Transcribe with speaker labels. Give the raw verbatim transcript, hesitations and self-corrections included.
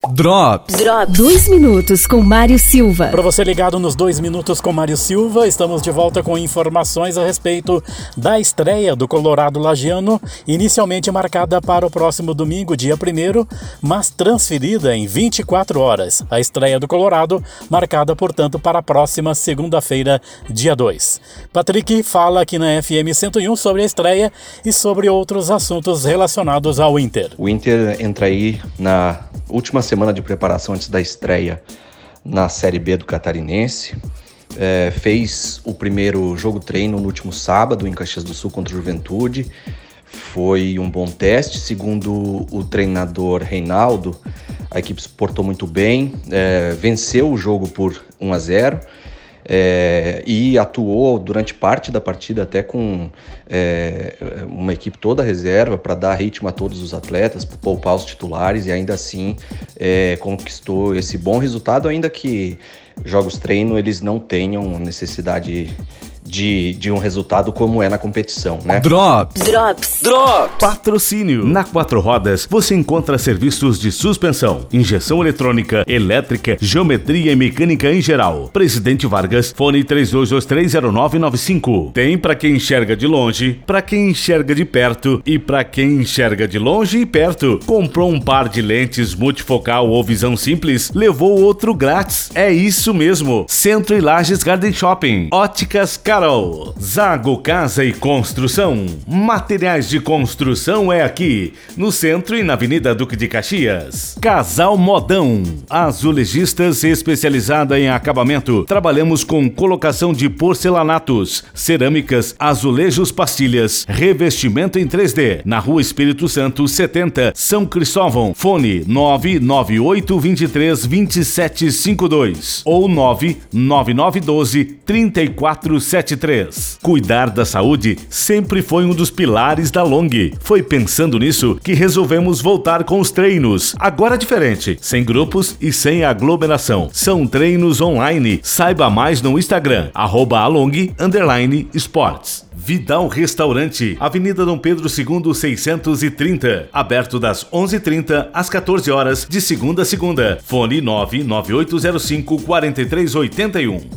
Speaker 1: Drops.
Speaker 2: Drops.
Speaker 3: Dois minutos com Mário Silva.
Speaker 4: Para você ligado nos dois minutos com Mário Silva, estamos de volta com informações a respeito da estreia do Colorado Lagiano, inicialmente marcada para o próximo domingo, dia primeiro, mas transferida em vinte e quatro horas. A estreia do Colorado, marcada, portanto, para a próxima segunda-feira, dia dois. Patrick fala aqui na F M cento e um sobre a estreia e sobre outros assuntos relacionados ao Inter.
Speaker 5: O Inter entra aí na última semana de preparação antes da estreia na Série B do Catarinense. É, fez o primeiro jogo-treino no último sábado em Caxias do Sul contra o Juventude. Foi um bom teste, segundo o treinador Reinaldo. A equipe se portou muito bem, é, venceu o jogo por um a zero. É, e atuou durante parte da partida até com é, uma equipe toda reserva para dar ritmo a todos os atletas, para poupar os titulares, e ainda assim é, conquistou esse bom resultado, ainda que jogos treino eles não tenham necessidade de, de um resultado como é na competição, né?
Speaker 1: Drops.
Speaker 2: Drops.
Speaker 1: Drops. Patrocínio. Na Quatro Rodas você encontra serviços de suspensão, injeção eletrônica, elétrica, geometria e mecânica em geral. Presidente Vargas, fone três dois dois três zero nove nove cinco. Tem pra quem enxerga de longe, pra quem enxerga de perto e pra quem enxerga de longe e perto. Comprou um par de lentes multifocal ou visão simples? Levou outro grátis. É isso mesmo. Centro e Lages Garden Shopping. Óticas Carol. Zago Casa e Construção. Materiais de construção é aqui, no centro e na Avenida Duque de Caxias. Casal Modão. Azulejistas especializada em acabamento. Trabalhamos com colocação de porcelanatos, cerâmicas, azulejos, pastilhas, revestimento em três D. Na Rua Espírito Santo, setenta, São Cristóvão. Fone nove nove oito dois três dois sete cinco dois ou nove nove nove um dois três quatro sete três. Cuidar da saúde sempre foi um dos pilares da Long. Foi pensando nisso que resolvemos voltar com os treinos. Agora diferente, sem grupos e sem aglomeração. São treinos online. Saiba mais no Instagram, arroba along, underline, esportes. Vidal Restaurante, Avenida Dom Pedro segundo, seiscentos e trinta. Aberto das onze e trinta às quatorze horas, de segunda a segunda. Fone nove nove oito zero cinco quatro três oito um.